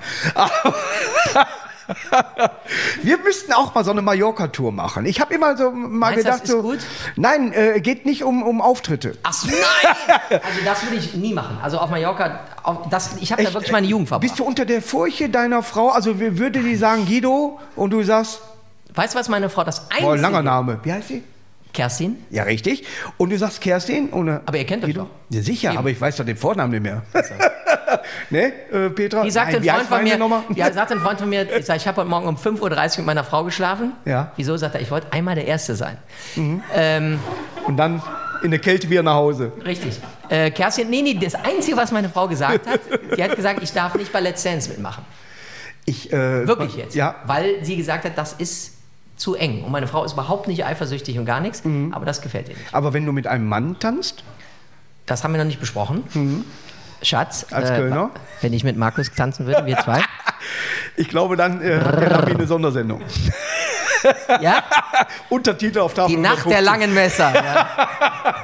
Wir müssten auch mal so eine Mallorca-Tour machen. Ich habe immer so mal Meinst, gedacht, das ist so, gut? nein, äh, geht nicht um, um Auftritte. Ach so, nein! Also das würde ich nie machen. Also auf Mallorca, auf das, ich habe da wirklich meine Jugend verbracht. Bist du unter der Furche deiner Frau? Also würde die sagen Guido und du sagst... Weißt du, was meine Frau das einzige... Boah, langer Name. Wie heißt sie? Kerstin. Ja, richtig. Und du sagst Kerstin? Oder aber ihr kennt euch doch. Ja, sicher, Eben. aber ich weiß doch den Vornamen nicht mehr. Also. Ne, äh, Petra? Die sagt Nein, ein Freund von mir, nochmal? ja, sagt ein Freund von mir, ich, sag, ich habe heute Morgen um fünf Uhr dreißig mit meiner Frau geschlafen. Ja. Wieso? Sagt er, ich wollte einmal der Erste sein. Mhm. Ähm, Und dann in der Kälte wieder nach Hause. Richtig. Äh, Kerstin, nee, nee, das Einzige, was meine Frau gesagt hat, die hat gesagt, ich darf nicht bei Let's Dance mitmachen. Ich, äh, Wirklich jetzt. Ja. Weil sie gesagt hat, das ist zu eng. Und meine Frau ist überhaupt nicht eifersüchtig und gar nichts, mhm. aber das gefällt ihr nicht. Aber wenn du mit einem Mann tanzt? Das haben wir noch nicht besprochen. Mhm. Schatz, als äh, Kölner? Wenn ich mit Markus tanzen würde, wir zwei. Ich glaube, dann äh, hat er eine Sondersendung. Ja? Untertitel auf Tafel Die Nacht der langen Messer. Ja.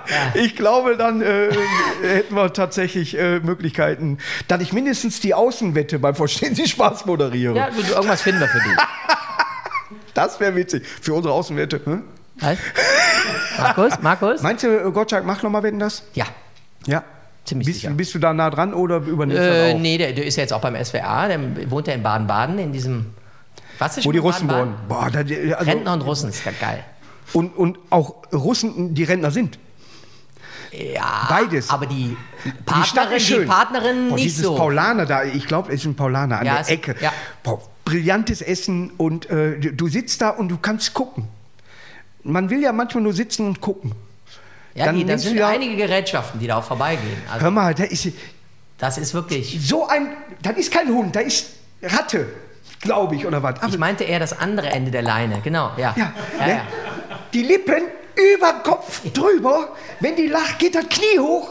ja. Ich glaube, dann äh, hätten wir tatsächlich äh, Möglichkeiten, dass ich mindestens die Außenwette beim Verstehen Sie Spaß moderiere. Ja, irgendwas finden wir für dich. Das wäre witzig. Für unsere Außenwette. Hm? Was? Markus, Markus? Meinst du, Gottschalk macht nochmal Wetten, das? Ja. Ja. Ziemlich bist, sicher. Bist du da nah dran oder übernimmst du äh, das auch? Nee, der, der ist ja jetzt auch beim S W R, der wohnt ja in Baden-Baden, in diesem... Was ist Wo die Russen wohnen. Boah, da, also, Rentner und Russen, ist ja geil. Und, und auch Russen, die Rentner sind. Ja, beides. Aber die Partnerin, Partnerin, die, die Partnerin Boah, nicht dieses so. Paulaner da, ich glaube, es ist ein Paulaner an ja, der es, Ecke. Ja. Boah, brillantes Essen und äh, du sitzt da und du kannst gucken. Man will ja manchmal nur sitzen und gucken. Ja, Dann die, da sind ja, einige Gerätschaften, die da auch vorbeigehen. Also, hör mal, da ist, das ist wirklich... so ein, das ist kein Hund, da ist Ratte, glaube ich, oder was. Ich meinte eher das andere Ende der Leine, genau, ja. Ja, ja, ne? ja. Die Lippen über den Kopf drüber, wenn die lacht, geht das Knie hoch.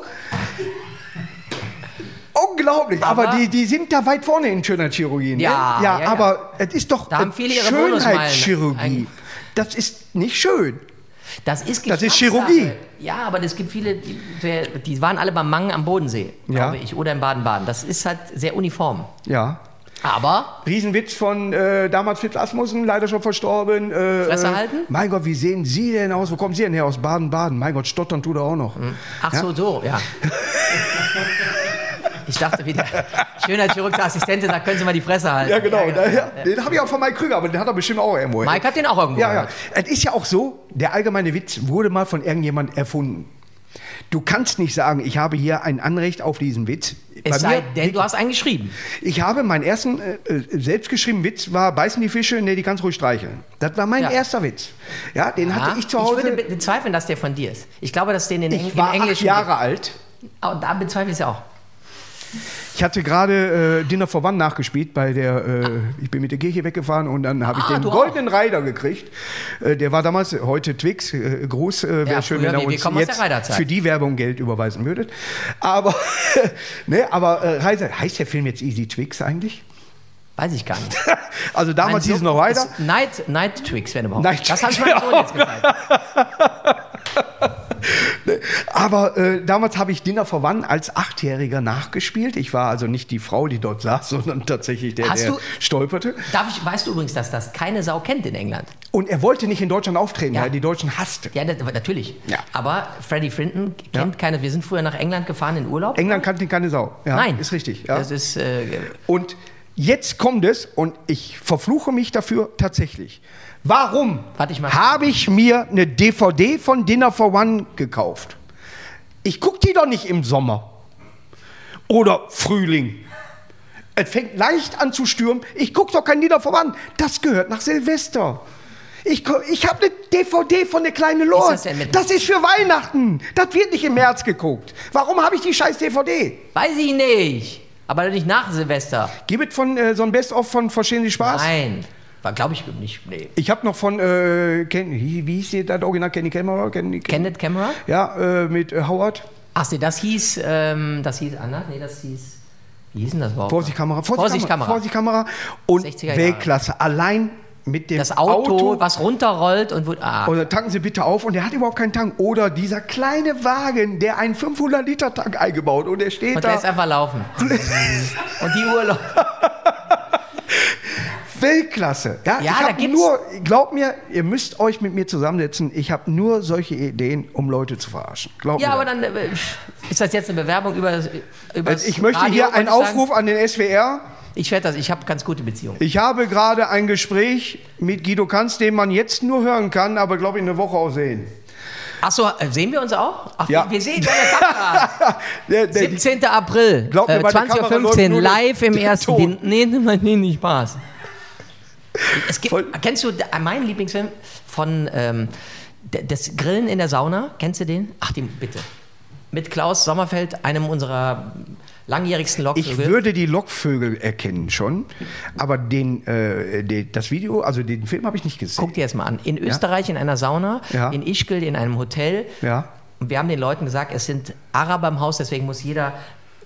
Unglaublich, aber, aber die, die sind da weit vorne in Schönheitschirurgie. Ne? Ja, ja, ja, aber es ist doch da haben viele ihre Schönheitschirurgie. Das ist nicht schön. Das ist, das ist Chirurgie. Ja, aber es gibt viele, die, die waren alle beim Mangen am Bodensee, ja. glaube ich, oder in Baden-Baden. Das ist halt sehr uniform. Ja. Aber? Riesenwitz von äh, damals Fips Asmussen, leider schon verstorben. Äh, Fresse halten? Mein Gott, wie sehen Sie denn aus? Wo kommen Sie denn her? Aus Baden-Baden. Mein Gott, stottern tut er auch noch. Ach ja? so, so, ja. Ich dachte wieder, schöner Chirurg, der Assistentin sagt, können Sie mal die Fresse halten. Ja, genau. Ja, genau. Da, ja. Den habe ich auch von Mike Krüger, aber den hat er bestimmt auch irgendwo. Mike hat den auch irgendwo. Ja, ja. Es ist ja auch so, der allgemeine Witz wurde mal von irgendjemand erfunden. Du kannst nicht sagen, ich habe hier ein Anrecht auf diesen Witz. Es Bei sei mir, denn, du hast einen geschrieben. Ich habe meinen ersten äh, selbstgeschriebenen Witz war, beißen die Fische, nee, die kannst ruhig streicheln. Das war mein ja. erster Witz. Ja, den ja. hatte ich zu Hause. Ich würde bezweifeln, dass der von dir ist. Ich glaube, dass den in, ich in war Englisch. acht Jahre alt. Und da bezweifle ich es auch. Ich hatte gerade äh, Dinner for One nachgespielt bei der, äh, ich bin mit der Kirche weggefahren und dann habe ich ah, den goldenen Rider gekriegt. Äh, der war damals, heute Twix, äh, groß, äh, wäre ja, schön, früher, wenn er wir, uns wir jetzt für die Werbung Geld überweisen würdet. Aber, ne, aber äh, Reise, heißt der Film jetzt Easy Twix eigentlich? Weiß ich gar nicht. Also damals hieß es noch Rider. Night, Night Twix, wenn überhaupt. Night das habe ich meinem Sohn jetzt gezeigt. Aber äh, damals habe ich Dinner for One als Achtjähriger nachgespielt. Ich war also nicht die Frau, die dort saß, sondern tatsächlich der, Hast der du, stolperte. Darf ich, weißt du übrigens, dass das keine Sau kennt in England? Und er wollte nicht in Deutschland auftreten, ja. weil er die Deutschen hasste. Ja, das, natürlich. Ja. Aber Freddie Frinton kennt ja. keine. Wir sind früher nach England gefahren in Urlaub. England kannte keine Sau. Ja, Nein. Ist richtig. Ja. Das ist... Äh, und jetzt kommt es, und ich verfluche mich dafür tatsächlich. Warum habe ich mir eine D V D von Dinner for One gekauft? Ich gucke die doch nicht im Sommer oder Frühling. Es fängt leicht an zu stürmen. Ich gucke doch kein Dinner for One. Das gehört nach Silvester. Ich, ich habe eine D V D von der kleinen Lord. Ist das, das ist für Weihnachten. Das wird nicht im März geguckt. Warum habe ich die scheiß D V D? Weiß ich nicht. Aber nicht nach Silvester. Gibt es von äh, so ein Best-of von Verstehen Sie Spaß? Nein. Glaube ich nicht. Nee. Ich habe noch von, äh, Ken, wie, wie hieß die das Original? Kenny Camera? Kenny, Ken, Kenneth Camera? Ja, äh, mit äh, Howard. Ach nee, das hieß, ähm, das hieß anders? Nee, das hieß, wie hieß denn das überhaupt? Vorsicht Kamera. Vorsicht, Vorsicht Kamera. Vorsicht Kamera. Und Weltklasse. Allein mit dem das Auto, Auto, was runterrollt und... Ah. Oder tanken Sie bitte auf und der hat überhaupt keinen Tank. Oder dieser kleine Wagen, der einen fünfhundert Liter Tank eingebaut und der steht und da. Und der ist einfach laufen. Und die Uhr läuft. Weltklasse. Ja, ja, ich habe nur, glaubt mir, ihr müsst euch mit mir zusammensetzen. Ich habe nur solche Ideen, um Leute zu verarschen. Glaubt ja, mir aber dann äh, ist das jetzt eine Bewerbung über das, über also Ich möchte Radio, hier einen Aufruf an den S W R. Ich werde das, ich habe ganz gute Beziehungen. Ich habe gerade ein Gespräch mit Guido Kanz, den man jetzt nur hören kann, aber glaube ich eine Woche auch sehen. Ach so, sehen wir uns auch? Ach, ja. Wir sehen deine Kamera. siebzehnten April, äh, zwanzig Uhr fünfzehn, live im ersten Din- Nee, nee, nicht Spaß. Es gibt, kennst du meinen Lieblingsfilm von ähm, das Grillen in der Sauna? Kennst du den? Ach, den bitte. Mit Klaus Sommerfeld, einem unserer langjährigsten Lockvögel. Ich würde die Lockvögel erkennen schon, aber den, äh, den, das Video, also den Film habe ich nicht gesehen. Guck dir das mal an. In Österreich ja? in einer Sauna, ja? in Ischgl in einem Hotel. Ja. Und wir haben den Leuten gesagt, es sind Araber im Haus, deswegen muss jeder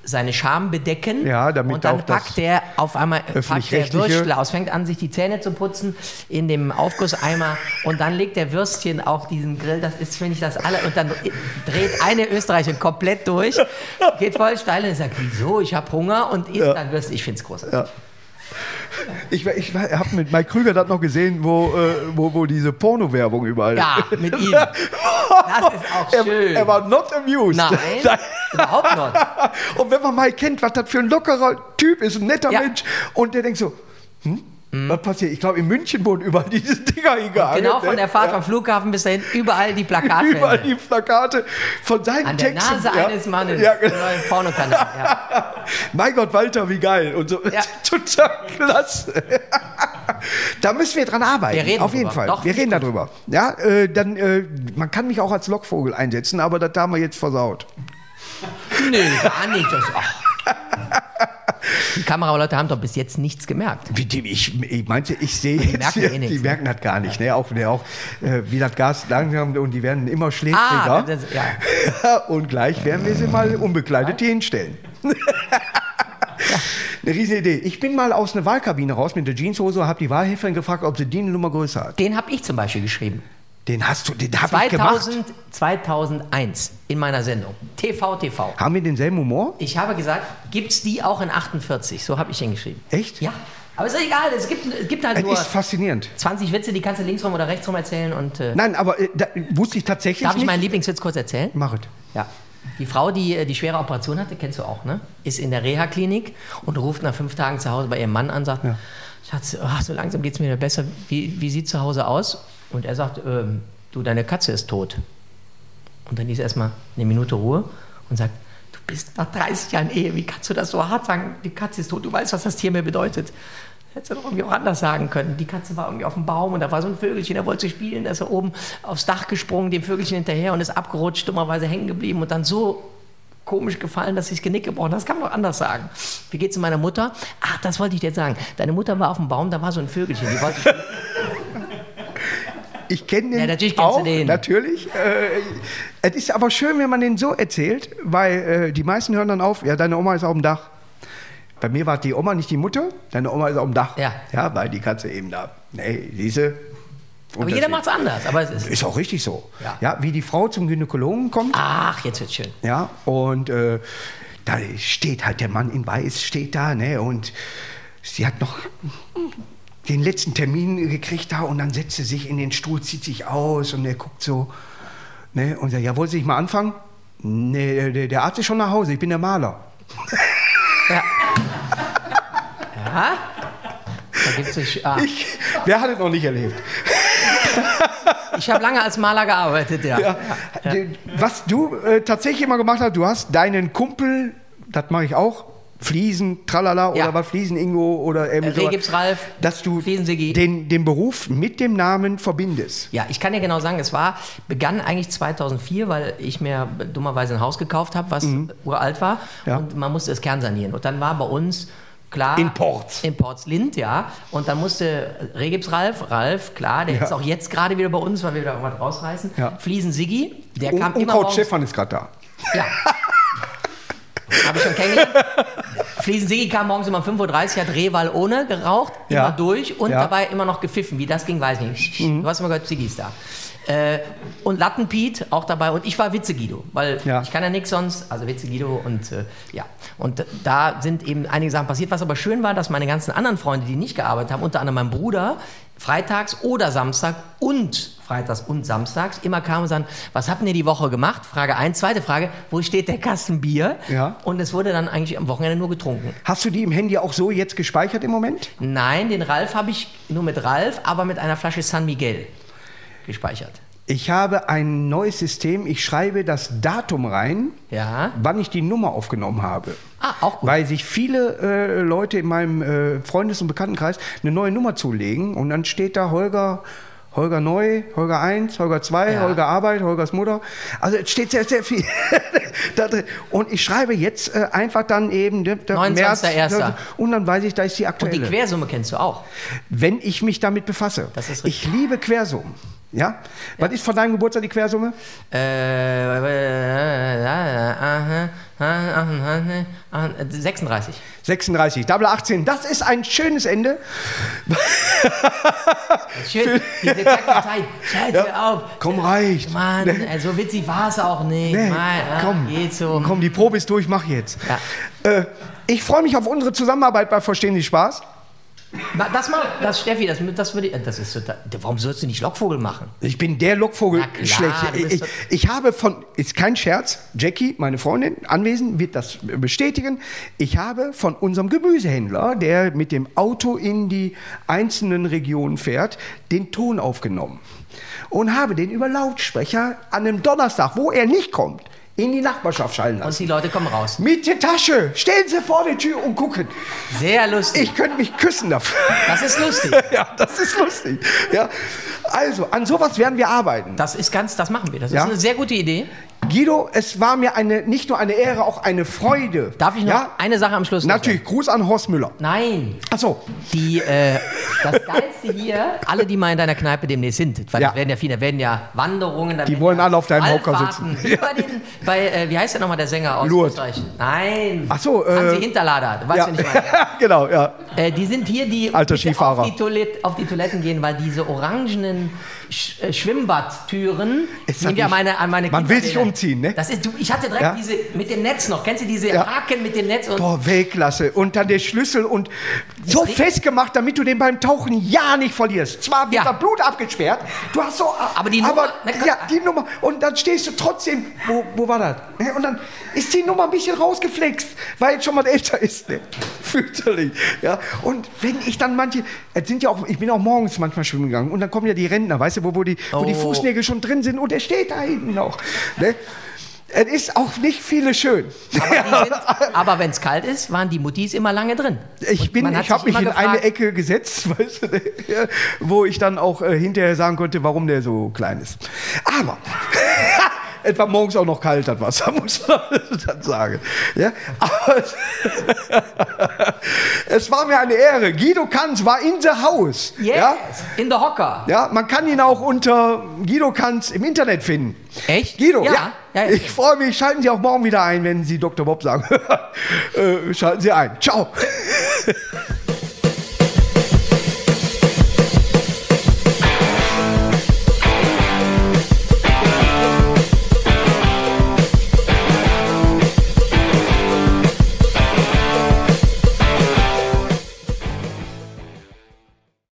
seine Scham bedecken. Ja, damit und dann auch das packt der auf einmal packt der öffentlich-rechtliche- Würstel aus, fängt an, sich die Zähne zu putzen in dem Aufgusseimer und dann legt der Würstchen auf diesen Grill. Das ist, finde ich, das alle. Und dann dreht eine Österreicherin komplett durch, geht voll steil und sagt, wieso? Ich habe Hunger und isst Ja. dann Würstchen. Ich finde es großartig. Ja. Ich, ich habe mit Mike Krüger das noch gesehen, wo, äh, wo, wo diese Porno-Werbung überall. Ja, mit ihm. Das ist auch schön. Er, er war not amused. Nein, überhaupt nicht. Und wenn man mal kennt, was das für ein lockerer Typ ist, ein netter Ja. Mensch, und der denkt so, hm? Was passiert? Ich glaube, in München wurden überall diese Dinger hingehangen. Genau von ne? der Fahrt Ja. vom Flughafen bis dahin, überall die Plakatwände. Überall die Plakate von seinen An der Texten. Nase ja. eines Mannes. Ja, genau. Im neuen Pornokanal. Ja. Mein Gott, Walter, wie geil. Und so. Ja. Total klasse. Da müssen wir dran arbeiten. Wir reden Auf jeden drüber. Fall. Doch, wir reden gut. darüber. Ja, äh, dann, äh, man kann mich auch als Lockvogel einsetzen, aber das haben wir jetzt versaut. Nö, gar nicht. Das, ach. Die Kameraleute haben doch bis jetzt nichts gemerkt. Wie, die, ich, ich meinte, ich sehe jetzt, merken hier, eh nichts, die ne? merken das gar nicht. Ne? Auch, ne, auch äh, wie das Gas langsam und die werden immer schläfriger. Ah, das, ja. Und gleich werden wir sie mal unbekleidet hier hinstellen. Eine riesige Idee. Ich bin mal aus einer Wahlkabine raus mit der Jeanshose und habe die Wahlhelferin gefragt, ob sie die eine Nummer größer hat. Den habe ich zum Beispiel geschrieben. Den hast du, den habe ich gemacht. zweitausend, zweitausendeins in meiner Sendung. T V T V. Haben wir denselben Humor? Ich habe gesagt, gibt's die auch in achtundvierzig? So habe ich den geschrieben. Echt? Ja. Aber ist doch egal, es gibt, es gibt halt Das nur ist faszinierend. zwanzig Witze, die kannst du linksrum oder rechtsrum erzählen. Und, äh, Nein, aber äh, da, wusste ich tatsächlich darf ich nicht. meinen Lieblingswitz kurz erzählen? Mach es. Ja. Die Frau, die äh, die schwere Operation hatte, kennst du auch, ne? Ist in der Reha-Klinik und ruft nach fünf Tagen zu Hause bei ihrem Mann an und sagt, Ja. Schatz, oh, so langsam geht es mir wieder besser. Wie, wie sieht zu Hause aus? Und er sagt, ähm, du, deine Katze ist tot. Und dann ist erstmal eine Minute Ruhe und sagt, du bist nach dreißig Jahren Ehe, wie kannst du das so hart sagen? Die Katze ist tot, du weißt, was das Tier mir bedeutet. Hättest du doch irgendwie auch anders sagen können. Die Katze war irgendwie auf dem Baum und da war so ein Vögelchen, der wollte spielen, da ist er oben aufs Dach gesprungen, dem Vögelchen hinterher und ist abgerutscht, dummerweise hängen geblieben und dann so komisch gefallen, dass sich das Genick gebrochen hat. Das kann man doch anders sagen. Wie geht's zu meiner Mutter? Ach, das wollte ich dir jetzt sagen. Deine Mutter war auf dem Baum, da war so ein Vögelchen, die wollte spielen. Ich kenne den Ja, natürlich kennst auch, du den. natürlich. Äh, es ist aber schön, wenn man den so erzählt, weil äh, die meisten hören dann auf, ja, deine Oma ist auf dem Dach. Bei mir war die Oma nicht die Mutter, deine Oma ist auf dem Dach. Ja. Ja, weil die Katze eben da. Nee, diese. Aber jeder macht's anders. Aber es ist Ist auch richtig so. Ja. Ja, wie die Frau zum Gynäkologen kommt. Ach, jetzt wird's schön. Ja, und äh, da steht halt der Mann in Weiß, steht da, ne, und sie hat noch den letzten Termin gekriegt da und dann setzt sie sich in den Stuhl, zieht sich aus und er guckt so, ne, und sagt, ja, wollen Sie nicht mal anfangen? Nee, der, der Arzt ist schon nach Hause, ich bin der Maler. Ja. Ja. Da gibt's es. Ah. Ich, wer hat es noch nicht erlebt? Ich habe lange als Maler gearbeitet, ja. Ja. Ja. Was du äh, tatsächlich immer gemacht hast, du hast deinen Kumpel, das mache ich auch, Fliesen, Tralala Ja. oder was, Fliesen Ingo oder irgendwie sowas, Rehgips Ralf, dass du Fliesen Siggi. den, den Beruf mit dem Namen verbindest. Ja, ich kann dir genau sagen, es war, begann eigentlich zweitausendvier, weil ich mir dummerweise ein Haus gekauft habe, was uralt war Ja. und man musste es kernsanieren. Und dann war bei uns, klar... In Porz. In Porzlind, ja. Und dann musste Rehgips Ralf, Ralf, klar, der Ja. ist auch jetzt gerade wieder bei uns, weil wir wieder irgendwas rausreißen. Ja. Fliesen Siggi, der Und, kam und immer Kraut morgens... Stefan ist gerade da. Ja. Habe ich schon kennengelernt. Fliesen Siggi kam morgens immer um fünf Uhr dreißig, hat Rehwall ohne geraucht, Ja. immer durch und Ja. dabei immer noch gepfiffen. Wie das ging, weiß ich nicht. Mhm. Du hast immer gehört, Siggi ist da. Äh, und Lattenpiet auch dabei und ich war Witze-Guido, weil Ja. ich kann ja nichts sonst, also Witze-Guido und äh, ja. Und da sind eben einige Sachen passiert. Was aber schön war, dass meine ganzen anderen Freunde, die nicht gearbeitet haben, unter anderem mein Bruder, freitags oder Samstag und freitags und samstags immer kamen und sagen, was habt ihr die Woche gemacht? Frage eins. Zweite Frage, wo steht der Kasten Bier? Ja. Und es wurde dann eigentlich am Wochenende nur getrunken. Hast du die im Handy auch so jetzt gespeichert im Moment? Nein, den Ralf habe ich nur mit Ralf, aber mit einer Flasche San Miguel gespeichert. Ich habe ein neues System. Ich schreibe das Datum rein, Ja. wann ich die Nummer aufgenommen habe. Ah, auch gut. Weil sich viele äh, Leute in meinem äh, Freundes- und Bekanntenkreis eine neue Nummer zulegen und dann steht da Holger, Holger Neu, Holger eins, Holger zwei, Ja. Holger Arbeit, Holgers Mutter. Also es steht sehr, sehr viel da drin. Und ich schreibe jetzt äh, einfach dann eben der, der neunundzwanzigster erster und dann weiß ich, da ist die Und aktuelle. die Quersumme kennst du auch. Wenn ich mich damit befasse. Das ist ich liebe Quersummen. Ja? Was ist von deinem Geburtstag die Quersumme? sechsunddreißig. sechsunddreißig, Double achtzehn, das ist ein schönes Ende. Schön, diese Zeit. Scheiße, ja. auf. Komm, reicht. Mann, nee. So witzig war es auch nicht. Nee. Mann, komm, geht so. komm, die Probe ist durch, mach jetzt. Ja. Äh, ich freue mich auf unsere Zusammenarbeit bei Verstehen Sie Spaß. Das mal, das Steffi, das, das würde ich, das ist total, warum sollst du nicht Lockvogel machen? Ich bin der Lockvogel schlecht. Ich, ich habe von, ist kein Scherz, Jackie, meine Freundin, anwesend, wird das bestätigen. Ich habe von unserem Gemüsehändler, der mit dem Auto in die einzelnen Regionen fährt, den Ton aufgenommen und habe den über Lautsprecher an einem Donnerstag, wo er nicht kommt, in die Nachbarschaft schalten lassen. Und die Leute kommen raus. Mit der Tasche. Stellen Sie vor die Tür und gucken. Sehr lustig. Ich könnte mich küssen dafür. Das ist lustig. Ja, das ist lustig. Ja. Also, an sowas werden wir arbeiten. Das ist ganz, das machen wir. Das ja. ist eine sehr gute Idee. Guido, es war mir eine, nicht nur eine Ehre, auch eine Freude. Darf ich noch ja? eine Sache am Schluss sagen? Natürlich, Gruß an Horst Müller. Nein. Ach so. Die, äh, das Geilste hier, alle, die mal in deiner Kneipe demnächst sind, weil ja. das werden ja viele, da werden ja Wanderungen. Da die wollen ja alle auf deinem Hocker sitzen. Wie bei, den, bei äh, wie heißt der nochmal, der Sänger aus Lourdes. Österreich? Nein. Ach so. Äh, Hansi Hinterlader, du weißt, ja. wen ich meine. Genau, ja. Äh, die sind hier, die Alter Skifahrer. Auf, die Toilette, auf die Toiletten gehen, weil diese orangenen Sch äh, Schwimmbadtüren sind ja meine, an meine Man will sich umziehen, ne? Das ist, du, ich hatte direkt ja? diese mit dem Netz noch. Kennst du diese ja. Haken mit dem Netz? Und Boah, Weltklasse. Und dann der Schlüssel und so festgemacht, damit du den beim Tauchen ja nicht verlierst. Zwar wird ja. das Blut abgesperrt, du hast so... Aber die aber, Nummer... Ne, ja, die Nummer. Und dann stehst du trotzdem... Wo, wo war das? Und dann ist die Nummer ein bisschen rausgeflext, weil es schon mal älter ist. Ne? Fürchterlich. Ja? Und wenn ich dann manche... Es sind ja auch, ich bin auch morgens manchmal schwimmen gegangen und dann kommen ja die Rentner, weißt du, wo, wo, die, wo oh. die Fußnägel schon drin sind und der steht da hinten noch. Ne? Es ist auch nicht viele schön. Aber, aber wenn es kalt ist, waren die Muttis immer lange drin. Ich, bin, ich habe mich in gefragt, eine Ecke gesetzt, weißt du, wo ich dann auch äh, hinterher sagen konnte, warum der so klein ist. Aber es war morgens auch noch kalt, das Wasser, muss man dann sagen. Ja? Aber es war mir eine Ehre. Guido Kanz war in the house. Yes, ja? in the hocker. Ja, man kann ihn auch unter Guido Kanz im Internet finden. Echt? Guido, ja. ja. ja, ja. Ich freue mich. Schalten Sie auch morgen wieder ein, wenn Sie Doktor Bob sagen. äh, schalten Sie ein. Ciao.